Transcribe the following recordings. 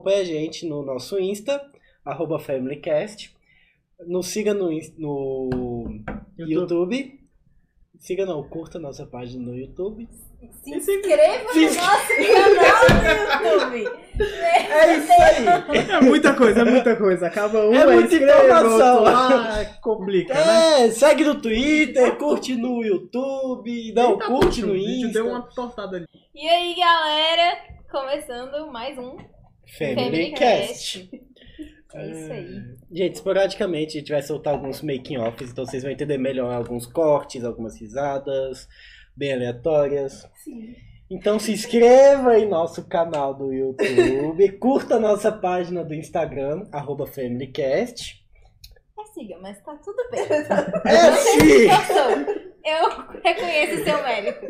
Acompanhe a gente no nosso Insta, @FamilyCast. Nos siga no YouTube. Siga não, curta a nossa página no YouTube. Se inscreva no nosso canal no YouTube. É isso aí. É muita coisa. Acaba um, É muita informação. Complica, né? Segue no Twitter, curte no YouTube. Não, Eita, curte poxa, no o vídeo Insta. deu uma tortada ali. E aí, galera, começando mais um FamilyCast. É isso aí. Gente, esporadicamente a gente vai soltar alguns making-offs, então vocês vão entender melhor alguns cortes, algumas risadas bem aleatórias. Sim. Então se inscreva em nosso canal do YouTube, curta a nossa página do Instagram, @FamilyCast. Siga, mas tá tudo bem. É sim! Eu reconheço o seu mérito.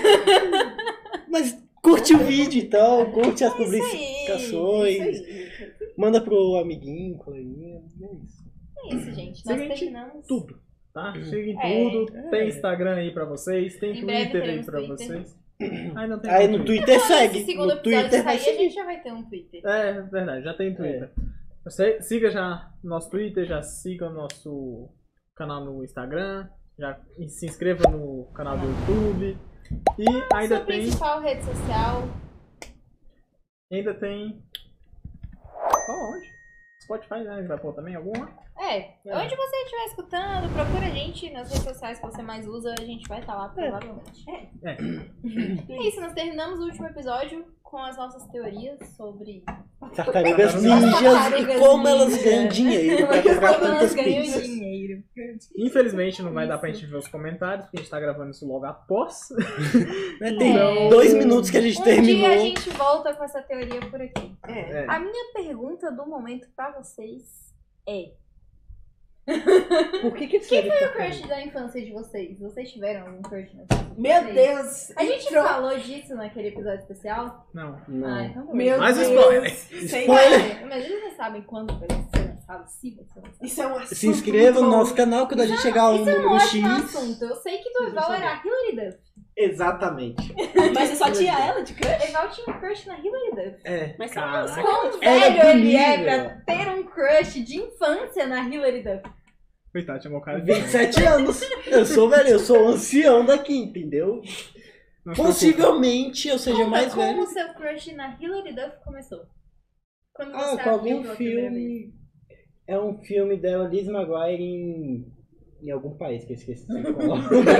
Mas curte o vídeo então, curte as Isso publicações, aí. manda pro amiguinho, coleguinha, é isso. É isso, gente. Siga Nós a gente terminamos. Tudo, tá? Chega em É. tudo. Tem Instagram aí pra vocês, tem Em breve Twitter aí teremos pra Twitter. vocês. Aí não tem Aí no Twitter Quando segue, esse segundo no episódio Twitter vai sair, a gente seguir. já vai ter um Twitter. É verdade, já tem Twitter. Você siga já nosso Twitter, já siga o nosso canal no Instagram, já se inscreva no canal do YouTube. E ainda Sua tem. principal rede social. Ainda tem. Qual onde? Spotify, né? A gente vai pôr também alguma? Onde você estiver escutando, procura a gente nas redes sociais que você mais usa, a gente vai estar lá provavelmente. É isso, nós terminamos o último episódio com as nossas teorias sobre Tartarugas Tartarugas ninjas Tartarugas e como elas ninja. ganham dinheiro pra comprar como elas tantas ganham pizzas. dinheiro. Infelizmente não vai dar pra gente ver os comentários, porque a gente tá gravando isso logo após. Né, tem É. 2 minutos que a gente Um terminou. dia a gente volta com essa teoria por aqui. É. A minha pergunta do momento pra vocês é: Por que que quem foi o crush da infância de vocês? Vocês tiveram algum crush na infância de Meu vocês? Deus! A gente entrou- falou disso naquele episódio especial? Não. Ah, Não. então bom. Meu Mais Deus! spoiler. Sem Spoiler. Mas eles não sabem quando vai ser lançado, se vai ser lançado. Isso é um assunto Se inscreva no muito nosso canal quando a gente chegar a um Isso é um número ótimo X. assunto. Eu sei que do Eval era a Hilary Duff. Exatamente. bom. Mas você só tinha ela de crush? Eval tinha um crush na Hilary Duff. É. Mas Caraca. Quão Ela é velho ele é bonita. pra ter um crush de infância na Hilary Duff? Coitado, chamou o cara de 27 anos. Eu sou velho, eu sou o ancião daqui, entendeu? Não se preocupe. Possivelmente eu seja mais Como velho. o seu crush na Hilary Duff começou? Quando Ah, você com a algum viu pela primeira vez? filme. É um filme dela, Liz Maguire, em algum país que eu esqueci. Qual.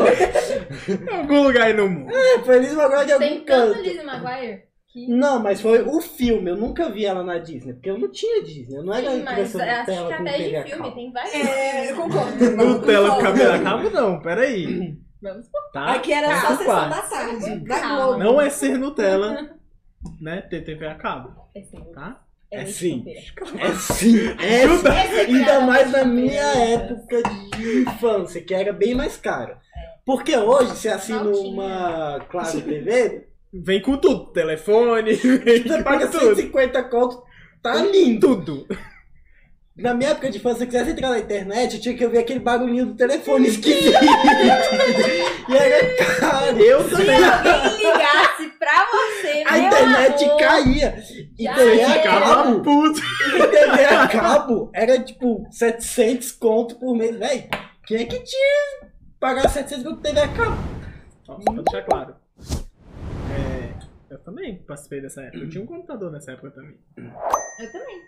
Em algum lugar aí no mundo. Foi Liz Maguire de algum Tem tanto canto. Lizzie Maguire que... Não, mas foi o filme. Eu nunca vi ela na Disney, porque eu não tinha Disney. Eu não era Sim, mas criança acho Nutella que com até TV a de filme cabo. tem vários. É, eu concordo. Nutella com Concordo. cabelo a cabo, não, peraí. Vamos Tá? Aqui era Tá só por sessão partes. da tarde. Da Calma. Globo. Não é ser Nutella, né? Ter TV a cabo, É sim. tá? É leite sim. campeira. É sim, é sim. Esse aqui Ainda era mais na leite minha campeira. época de infância, que era bem mais cara. Porque hoje, você assina Não tinha. uma Claro TV, Vem com tudo. Telefone, vem você paga com tudo. 150 conto, tá lindo. Tudo. Na minha época de infância, se eu quisesse entrar na internet, eu tinha que ouvir aquele barulhinho do telefone esquisito. E era caro. Eu Se também. alguém ligasse pra você, A meu internet amor, caía. E Já TV era. a Ficava cabo. puto. E TV a cabo era tipo 700 conto por mês. Véi, quem é que tinha que pagar 700 conto por TV a cabo? Ó, só pra deixar claro. Eu também participei dessa época. Eu tinha um computador nessa época também. Eu também.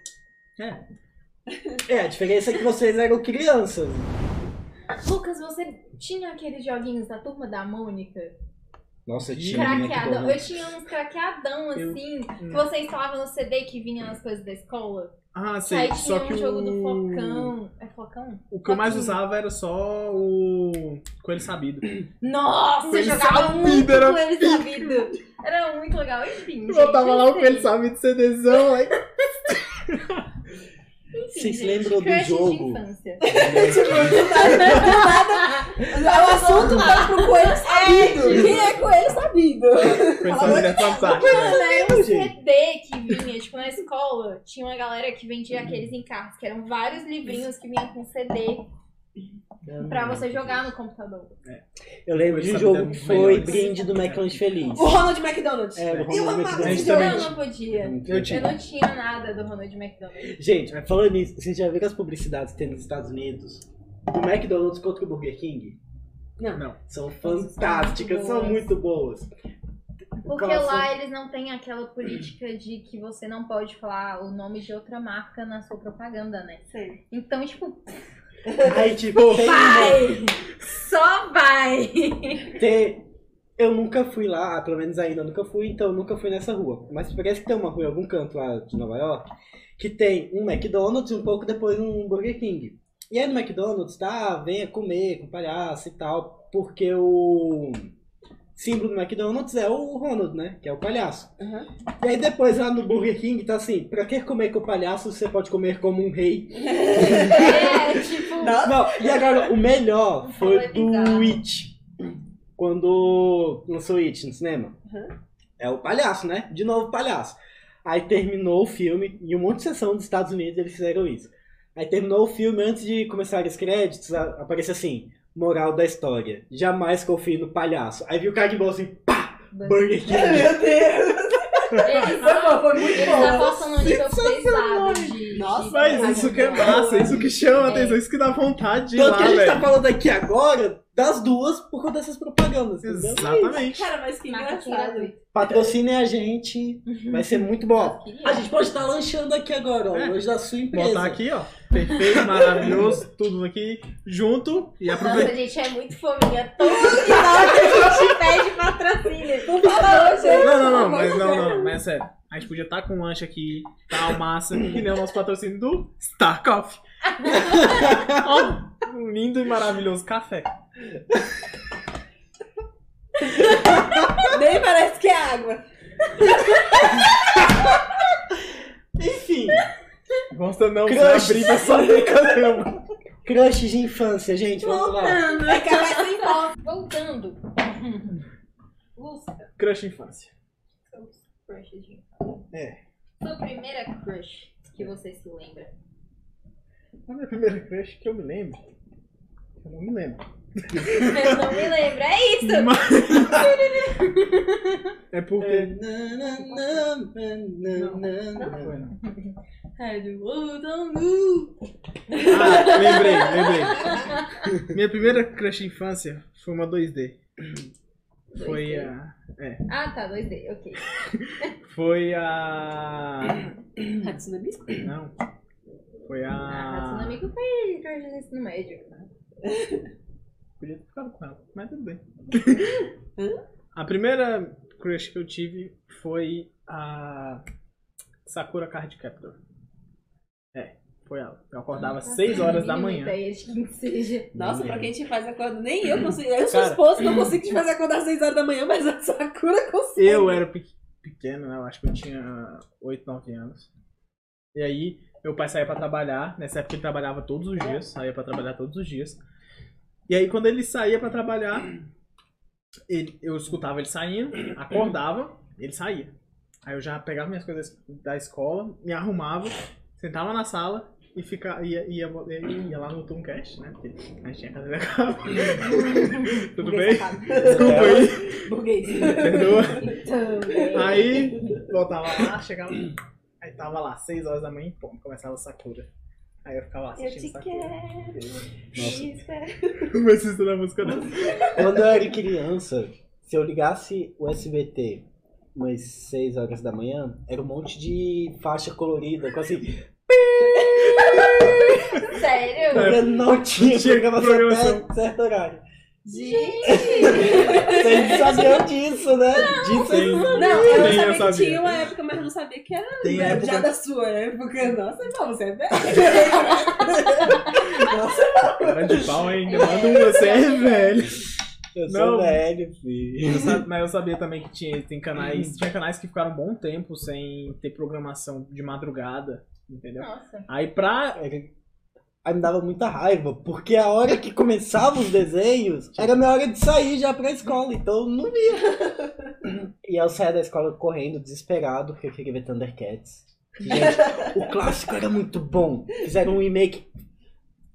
A diferença é que vocês eram crianças. Lucas, você tinha aqueles joguinhos da Turma da Mônica? Nossa, Craqueadão. Eu tinha uns craqueadão Eu- assim, que você instalava no CD que vinha nas coisas da escola. Ah, Aí sei. tinha Só que um jogo do o... Focão. É Focão? O que eu mais Foquinha. usava era só o Coelho Sabido. Nossa, eu Coelho jogava Sabido muito era com ele sabido. Era muito legal. Enfim, Eu botava gente, lá eu o Coelho sei. Sabido CDzão, aí... Enfim, Vocês gente, lembram do crushes jogo? de infância. O assunto vai pro coelho sabido. Quem é coelho sabido? Coelho Sabido é fantástico. Mano, era um Gente. CD que vinha, tipo, na escola, tinha uma galera que vendia aqueles encartes, que eram vários livrinhos que vinham com CD. Pra você jogar no computador. Eu lembro de um jogo que foi brinde do McLanche Feliz. O Ronald McDonald. É, do Eu Ronald amava McDonald. esse Eu jogo. não podia. Eu Eu não tinha nada do Ronald McDonald. Gente, falando nisso, vocês já viram as publicidades que tem nos Estados Unidos? Do McDonald's contra o Burger King? Não. São fantásticas, são muito boas. Porque Coração. lá eles não têm aquela política de que você não pode falar o nome de outra marca na sua propaganda, né? Sei. Então, tipo, Aí, tipo, vai! Só vai! eu nunca fui lá, pelo menos ainda nunca fui, então eu nunca fui nessa rua. Mas parece que tem uma rua em algum canto lá de Nova York que tem um McDonald's e um pouco depois um Burger King. E aí no McDonald's, venha comer com palhaço e tal, porque o símbolo do McDonald's é o Ronald, né? Que é o palhaço. Uhum. E aí depois lá no Burger King tá assim, pra que comer com o palhaço, você pode comer como um rei. É, tipo, Não, e agora o melhor foi É bizarro. do It. Quando lançou It no cinema. Uhum. É o palhaço, né? De novo palhaço. Aí terminou o filme, e um monte de sessão dos Estados Unidos eles fizeram isso. Aí terminou o filme, antes de começar os créditos, aparece assim, moral da história, jamais confie no palhaço. Aí viu o cara de bolsa assim, pá, Burger King. Meu Deus. Foi muito eles bom. apostam no nível pesado de... Nossa, Mas isso que é massa, isso que chama a atenção, isso que dá vontade de ir Tanto que lá, a gente tá velho. falando aqui agora das duas por conta dessas propagandas, entendeu? Exatamente. Cara, mas que Marketing engraçado. gratuito. Patrocinem a gente, vai ser muito bom. Eu queria. A gente pode estar lanchando aqui agora, ó, hoje da sua empresa. Botar aqui, ó. Perfeito, maravilhoso, tudo aqui junto e Nossa, aproveitar. a gente é muito fominha. Todo final que a gente pede patrocínio. Por favor, gente. Não, mas é sério. A gente podia estar com um lanche aqui, tal, massa, que nem o nosso patrocínio do Star Coffee. Ó, um lindo e maravilhoso café. Nem parece que é água. Enfim, Gosta não, você Crush. abrir pra só ver caramba. crush de infância, gente, vamos lá. É capaz sem volta. Voltando. Lúcia, Crush infância. seus crushes de infância. É. Sua primeira crush que você se lembra. A minha primeira crush que eu me lembro. Eu não me lembro. Eu não me lembro, é isso! Mas... é porque. Não foi, não. Ah, lembrei. Minha primeira crush de infância foi uma 2D. Foi a. Ah, tá, 2D, ok. Foi a. Hatsune Miku? Não. Foi A a. Hatsune Miku foi crush no ensino médio. Podia ter ficado com ela, mas tudo bem. A primeira crush que eu tive foi a Sakura Card Captor. Foi ela. Eu acordava às 6 horas da manhã. Ideia de quem seja. Nossa, pra quem te faz acordar, nem eu consigo. Eu sou Cara. esposa, não consigo te fazer acordar às 6 horas da manhã, mas a Sakura consegue. Eu era pequeno, né? Eu acho que eu tinha 8, 9 anos. E aí, meu pai saía pra trabalhar. Nessa época ele trabalhava todos os dias. Saía pra trabalhar todos os dias. E aí, quando ele saía pra trabalhar, eu escutava ele saindo, acordava, ele saía. Aí eu já pegava minhas coisas da escola, me arrumava, sentava na sala e ia lá no Tomcast, né? Porque a gente tinha casa de cabo. Tudo bem? Desculpa aí. Burguês. Perdoa. Então, Aí, voltava lá, chegava. Aí tava lá, 6 horas da manhã e pô, começava a Sakura. Aí eu ficava lá Eu assistindo te Sakura. quero. Nossa. Isso. Não assisto na música não. Quando eu era criança, se eu ligasse o SBT umas 6 horas da manhã, era um monte de faixa colorida, com assim, sério? porque não tinha programação programação. até certo horário. Gente! Vocês sabiam disso, né? Disso Sim. Não, eu Nem eu sabia que sabia. tinha uma época, mas eu não sabia que era Tem já época- da sua época. Nossa, não, você é velho. Cara de pau ainda, manda um, você é velho. Eu Não. sou velho, filho. Mas eu sabia também que tinha canais que ficaram um bom tempo sem ter programação de madrugada, entendeu? Nossa. Aí pra... Aí me dava muita raiva, porque a hora que começavam os desenhos era a minha hora de sair já pra escola, então eu não via. E eu saía da escola correndo, desesperado, porque eu queria ver Thundercats. Gente, o clássico era muito bom. Fizeram um remake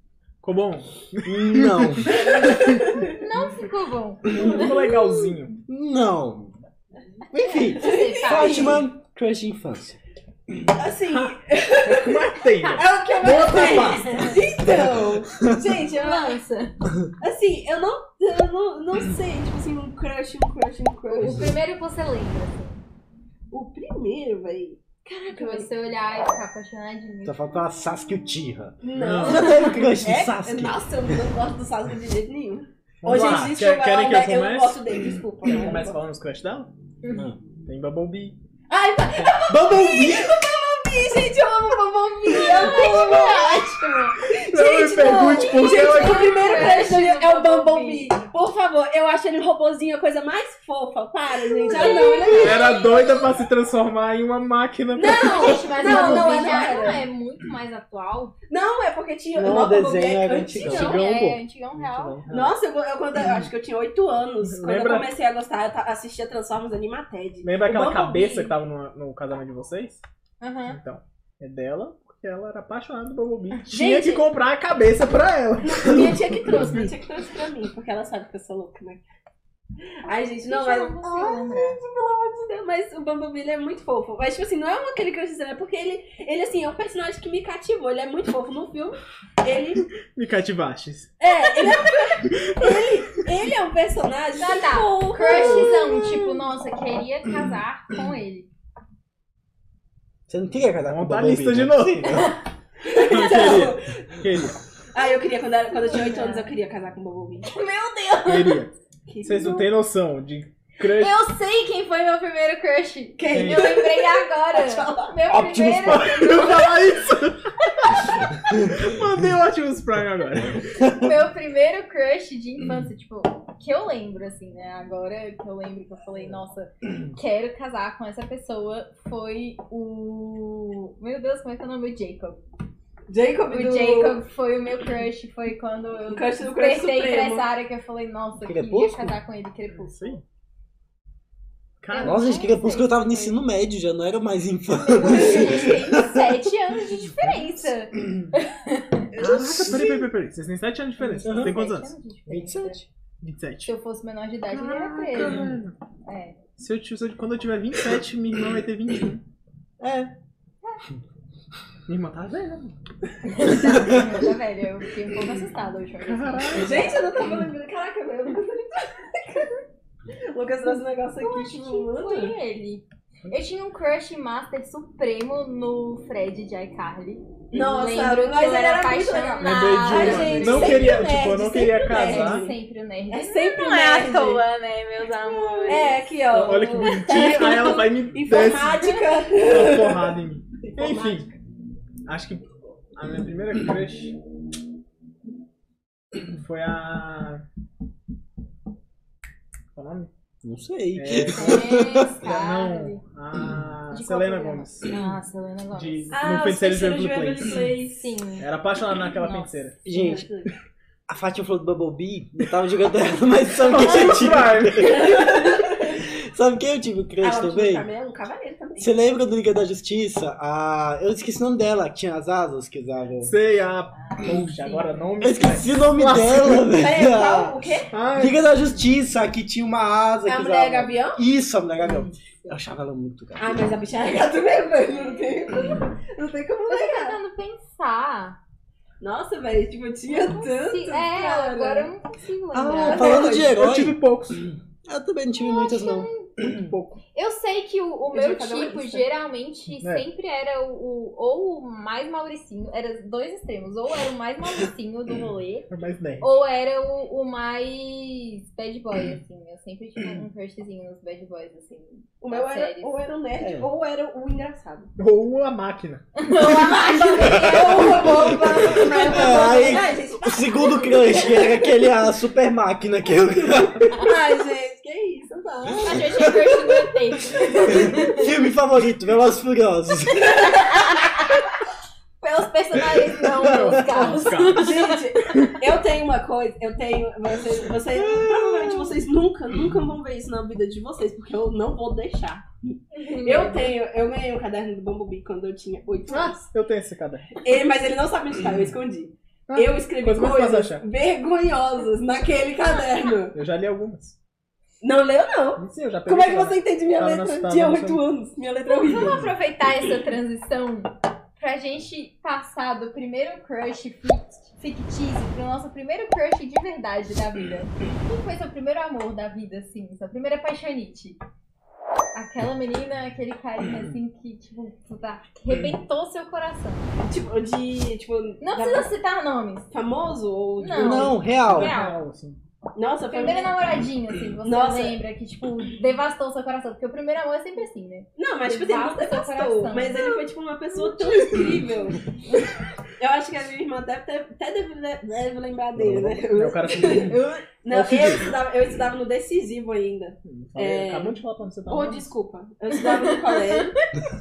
Ficou bom? Não. Não ficou bom. Ficou legalzinho. Não. Enfim, Você tá Fátima, crush de infância. Assim, Matei. é o que eu mais tenho. Então, gente, eu, lança. assim, eu não sei, tipo assim, um crush. O primeiro que você lembra, assim. O primeiro, véi. Que Caraca, você olhar e ficar apaixonadinho. Só falta a Sasuke Uchiha. não. Você já teve crush de É? Sasuke? Nossa, eu não gosto do Sasuke de jeito nenhum. Vamos Ô, lá. gente, desculpa, Querem que eu eu não comece? gosto dele, desculpa. Quer que eu comece falando os crush dela? Não. Tem Bumblebee. Ai, Bumblebee! gente, eu amo Bumblebee, eu amo, ótimo. Não me pergunte por que Gente, ela... o primeiro crush dele é o Bumblebee. Bumblebee. Por favor, eu acho ele um robozinho a coisa mais fofa. Para, gente. Ah, não, ele é... Era doida pra se transformar em uma máquina. Não, Gente, mas não, o não, Bumblebee não já era. não é muito mais atual. Não, é porque tinha... Não, Nossa, o desenho Bumblebee é era antigão. antigão. Antigão, pô. É, antigão real. Nossa, quando eu acho que eu tinha 8 anos. Quando Lembra? eu comecei a gostar, eu assistia Transformers Animated. Lembra aquela O Bumblebee- cabeça que tava no casamento de vocês? Aham. Então, é dela porque ela era apaixonada do Bumblebee. Tinha que Gente- comprar a cabeça pra ela. Minha tia que trouxe pra mim, porque ela sabe que eu sou louca, né? Ai, gente, não, mas... Eu não consigo lembrar. Pelo amor de Deus, mas o Bumblebee ele é muito fofo. Mas, tipo assim, não é aquele crushzinho, é porque ele, assim, é um personagem que me cativou. Ele é muito fofo no filme. Ele... Me cativastes. Ele é um personagem Tá. fofo. Crushzão, tipo, nossa, queria casar com ele. Você não queria casar com o Monta a Bumblebee? lista de não é novo. possível. Queria. Ah, eu queria, quando eu tinha 8 anos, eu queria casar com o Bumblebee. Queria. Vocês não têm noção de crush. Eu sei quem foi meu primeiro crush. Quem? Eu lembrei agora. Pode falar. Meu Optimus primeiro, Eu ia falar isso. Mandei o Optimus Prime agora. meu primeiro crush de infância, tipo, que eu lembro, assim, né? Agora que eu lembro que eu falei, nossa, quero casar com essa pessoa, foi o... Meu Deus, como é que é o nome? O Jacob. Jacob O do... Jacob foi o meu crush, foi quando eu O crush do crush despertei pra supremo. essa área que eu falei, nossa, eu queria Crepúsculo? casar com ele, Crepúsculo. Sim. Cara, Nossa, gente, não Crepúsculo eu tava no sei. ensino médio, já não era mais A infância. gente tem 7 anos de diferença. caraca, peraí. Vocês têm 7 anos de diferença. Uhum. Tem quantos 7 anos? de diferença. 27. 27. Se eu fosse menor de idade, ele era Caraca, preso. velho. É. Quando eu tiver 27, minha irmã vai ter 21. É. Minha irmã tá velha. Tá velho, eu fiquei um pouco assustada a última vez. Caralho. Gente, eu não tava lembrando. Caraca, meu. O Lucas trouxe um negócio Eu aqui, acho que tipo, foi mano. ele. Eu tinha um crush master supremo no Fred de iCarly. Nossa, Lembro mas que eu ele era era muito legal. apaixonada. Lembrei de Ai, uma. gente, Não sempre queria, nerd, tipo, eu não queria sempre nerd. casar. Sempre o nerd. É sempre Não é à nerd. toa, né, meus amores? É, aqui, ó. Olha que bonitinho, aí ela vai me desce Informática. uma porrada em mim. Enfim, acho que a minha primeira crush foi a... Qual é o nome? Não sei. Não, a De qual Selena programa? Gomes. Ah, Selena Gomes. De, Ah, no Feiticeiro de Feiticeiro Waverly de Place. Waverly Place. Sim. Era apaixonado naquela Nossa. feiticeira. Gente, a Fátima falou do Bumblebee, eu tava jogando ela, mas sabe quem eu tive? Sabe quem eu tive o crush também? É um cavaleiro também. Você lembra do Liga da Justiça? Eu esqueci o nome dela, que tinha as asas que usavam. Sei, a... Poxa, agora não me... Eu esqueci o nome Nossa. dela, Peraí, velho. qual? O quê? Ai, Liga da Justiça, que tinha uma asa É a que Mulher usava. Gavião? Isso, a Mulher Gavião. Eu achava ela muito gata. Ah, mas a bicha é gata mesmo, velho. Não tem como Eu tô negar. tentando pensar. Nossa, velho, tipo, eu tinha tanto. É, agora eu não consigo lembrar. Falando de eu herói, tive poucos. eu também não tive muitas, não. Muito pouco. Eu sei que o Eu meu já fazer uma tipo lista. geralmente É. sempre era ou o mais mauricinho, era dois extremos, ou era o mais mauricinho do rolê, Foi mais 10. ou era o mais bad boy, assim. Eu sempre tive um crushzinho nos bad boys, assim. O meu das era séries. ou era o nerd É. ou era o engraçado. Ou a máquina. Aí, Ai, gente, o segundo crush era aquele, a super máquina que eu... ai, gente, que isso, não. A gente tinha crush no ET. Filme favorito, Velozes e Furiosos. Pelos personagens, não pelos carros. Gente, eu tenho uma coisa, vocês provavelmente vocês nunca vão ver isso na vida de vocês, porque eu não vou deixar. Eu ganhei um caderno do Bumblebee quando eu tinha 8 anos. Eu tenho esse caderno. Mas ele não sabe onde tá, eu escondi. Eu escrevi Quanto mais fácil coisas achar. vergonhosas naquele caderno. Eu já li algumas. Não leu, não. Sim, eu já Como é que peguei você entende minha Tava letra? na- Tinha tava 8 na- anos. Minha letra é horrível. Vamos aproveitar essa transição pra gente passar do primeiro crush fictício pro nosso primeiro crush de verdade da vida. Quem foi seu primeiro amor da vida, assim? Sua primeira paixonite? Aquela menina, aquele carinha, assim, que, tipo, que arrebentou seu coração. Tipo, Não precisa citar nomes. famoso ou... Não, real. Real. assim. Nossa, foi... Primeiro namoradinho, assim, você Nossa. lembra que, tipo, devastou seu coração. Porque o primeiro amor é sempre assim, né? Não, mas tipo assim, ele não Devasta seu devastou. coração. Mas ele foi tipo uma pessoa tão incrível. Eu acho que a minha irmã até deve lembrar dele, né? O cara ficou... Não, eu estudava no Decisivo ainda. Acabou de falar pra onde você tá. Oh, desculpa. Eu estudava no colégio.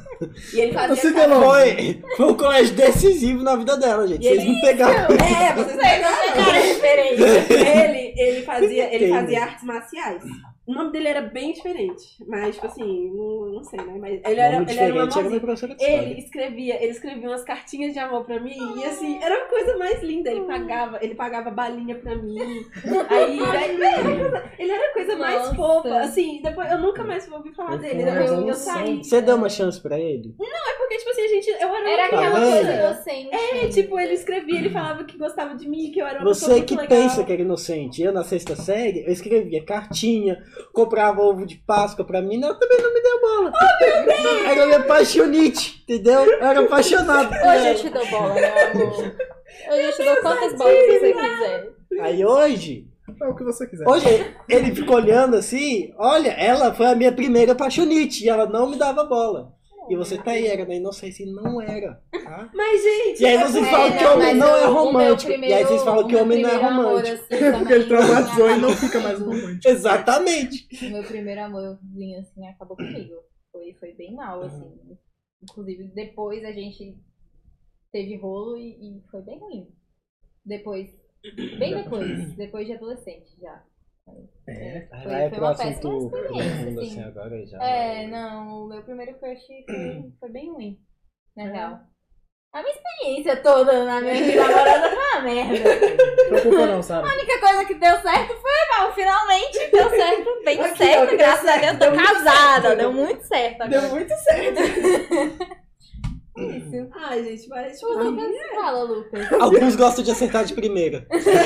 E ele fazia... Você foi um colégio decisivo na vida dela, gente. E Vocês ele- me pegaram. Vocês pegaram a referência. Ele fazia artes marciais. O nome dele era bem diferente. Mas, tipo assim, não sei, né? Mas ele era Nome um diferente, era amorzinho. meu professor de história. Ele escrevia umas cartinhas de amor pra mim e assim, era a coisa mais linda. Ele pagava balinha pra mim. Aí ele era a coisa mais Nossa. fofa. Assim, depois eu nunca mais vou ouvir falar dele. Eu saí. Você deu uma chance pra ele? É porque, tipo assim, eu era Era uma aquela vendo? coisa criança. inocente. Tipo, ele escrevia, ele falava que gostava de mim, que eu era uma pessoa Você muito que legal. pensa que era inocente. Eu, na sexta série, eu escrevia cartinha, comprava ovo de Páscoa pra mim, ela também não me deu bola. Era minha paixonite, entendeu? Eu era apaixonado. por Hoje eu ela. te dou bola, meu amor. Hoje eu te dou quantas bolas você quiser. Aí hoje, É o que você quiser. hoje ele ficou olhando assim, olha, ela foi a minha primeira paixonite e ela não me dava bola. E você tá aí, era na inocência e não era, tá? Mas, gente, E aí vocês falam que homem não é romântico. E aí vocês falam que homem não é romântico. Porque ele traumatizou e não fica mais romântico. Exatamente. O meu primeiro amorzinho, assim, acabou comigo. Foi bem mal, assim. Inclusive, depois a gente teve rolo e foi bem ruim. Depois de adolescente já. Vai Foi pro uma assunto péssima experiência, profundo assim. assim agora já. Não, o meu primeiro crush foi bem ruim, na real. A minha experiência toda na minha vida namorando foi uma merda. Não preocupa não, Sara. A única coisa que deu certo foi, não, finalmente deu certo, bem Aqui, ó, certo, que graças deu a Deus, certo, tô deu muito casada, certo. deu muito certo agora. deu muito certo. Isso. Ai, gente, mas tipo, O Lucas, fala, Lucas. Alguns gostam de acertar de primeira.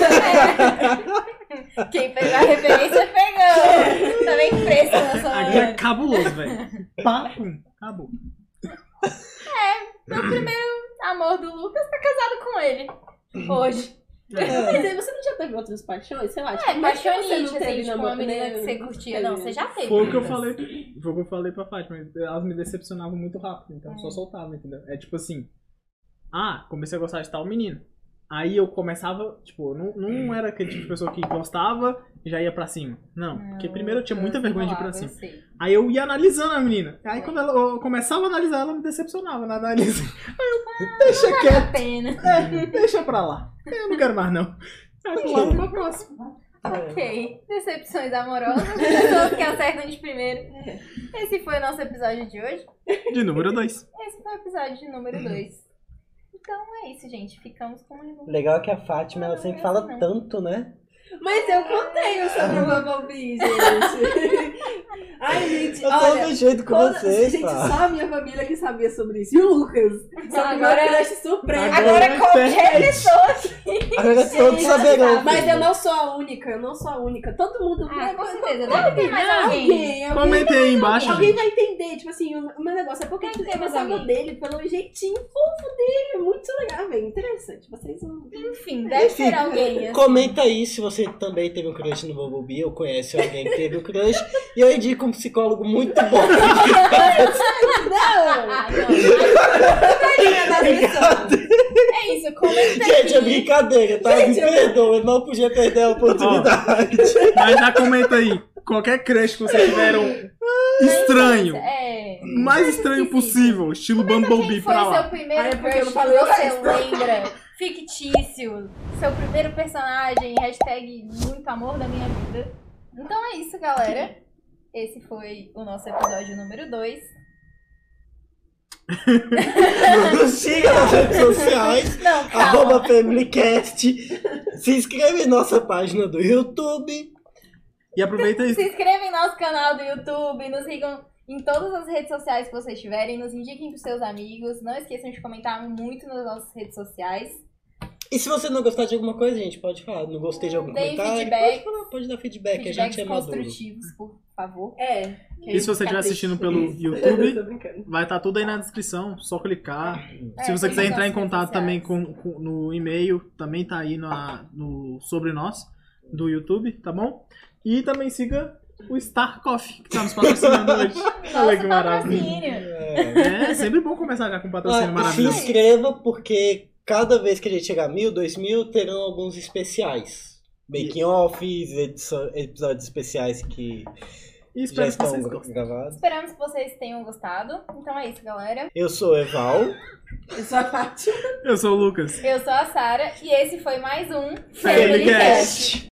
Quem pegou a referência pegou. Tá bem fresco nessa Aqui é hora. cabuloso, velho. Papo, acabou. Meu primeiro amor do Lucas tá casado com ele. Hoje. Mas aí, você não já teve outras paixões? Sei lá, tipo, mas que você Paixonite, não teve assim, tipo, uma namoro, menina né? que você curtia. Não, você já teve. Foi o que eu Lucas. falei pra Fátima. Elas me decepcionavam muito rápido, então eu só soltava, entendeu? É tipo assim, comecei a gostar de tal menino. Aí eu começava, tipo, não era aquele tipo de pessoa que gostava e já ia pra cima. Não, porque primeiro eu tinha muita vergonha de ir pra cima. Aí eu ia analisando a menina. Aí quando eu começava a analisar, ela me decepcionava na análise. Aí eu, deixa quieto, Pena. deixa pra lá. Eu não quero mais não. Aí eu pulava pra próxima. Ok. Decepções amorosas. Pessoas que acertam de primeiro. Esse foi o nosso episódio de hoje. De número 2. Esse foi o episódio de número 2. Então é isso, gente. Ficamos com mais um. Legal é que a Fátima, ela sempre fala tanto, né? Mas eu contei sobre o Bumblebee, gente. Ai, gente, Eu tô olha... do jeito com vocês, gente, pá. só a minha família que sabia sobre isso. E o Lucas. Só que Agora- meu crush supremo. Agora qualquer pessoa. Agora todos saberão. Mas eu não sou a única. Todo mundo... Com certeza. Deve ter mais alguém. Comente aí embaixo, Alguém gente. vai entender, tipo assim, o meu negócio é porque Tem que ter eu mais gostava alguém. dele pelo jeitinho fofo dele. É muito legal, velho. Interessante. Vocês não... Enfim, deve ter alguém. assim. Comenta aí se você também teve um crush no Bumblebee ou conhece alguém que teve um crush. E eu indico um psicólogo muito bom. Ah, é isso, comenta Gente, é aqui. brincadeira, tá? Me perdoa, eu não podia perder a oportunidade. Mas já comenta aí. Qualquer crush que vocês tiveram estranho. Mais estranho possível. Estilo Bumblebee Quem foi pra seu lá. primeiro porque eu crush não que falei o você resto. lembra? Fictício. Seu primeiro personagem. Hashtag muito amor da minha vida. Então é isso, galera. Esse foi o nosso episódio número 2. Nos siga nas redes sociais. Não, calma. @FamilyCast. Se inscreve em nossa página do YouTube. E aproveita isso. Se inscreva em nosso canal do YouTube, nos sigam em todas as redes sociais que vocês tiverem, nos indiquem pros seus amigos. Não esqueçam de comentar muito nas nossas redes sociais. E se você não gostar de alguma coisa, gente, pode falar. Não gostei de algum Deem comentário. feedback. Pode dar feedback, a Feedbacks gente é maduro. construtivos, por favor. E se você estiver assistindo pelo YouTube, vai estar tudo aí na descrição, só clicar. Se você quiser entrar em contato também no e-mail, também tá aí no Sobre Nós, do YouTube, tá bom? E também siga o Star Coffee, que tá nos patrocinando hoje. Olha que maravilha. Patrocínio. É sempre bom começar já com um patrocínio Se maravilhoso. inscreva, porque cada vez que a gente chegar a 1000, 2000, terão alguns especiais. Making-offs, episódios especiais que E já espero que estão vocês gostem. gravados. Esperamos que vocês tenham gostado. Então é isso, galera. Eu sou o Eval. Eu sou a Fátima. Eu sou o Lucas. Eu sou a Sara e esse foi mais um FamilyCast.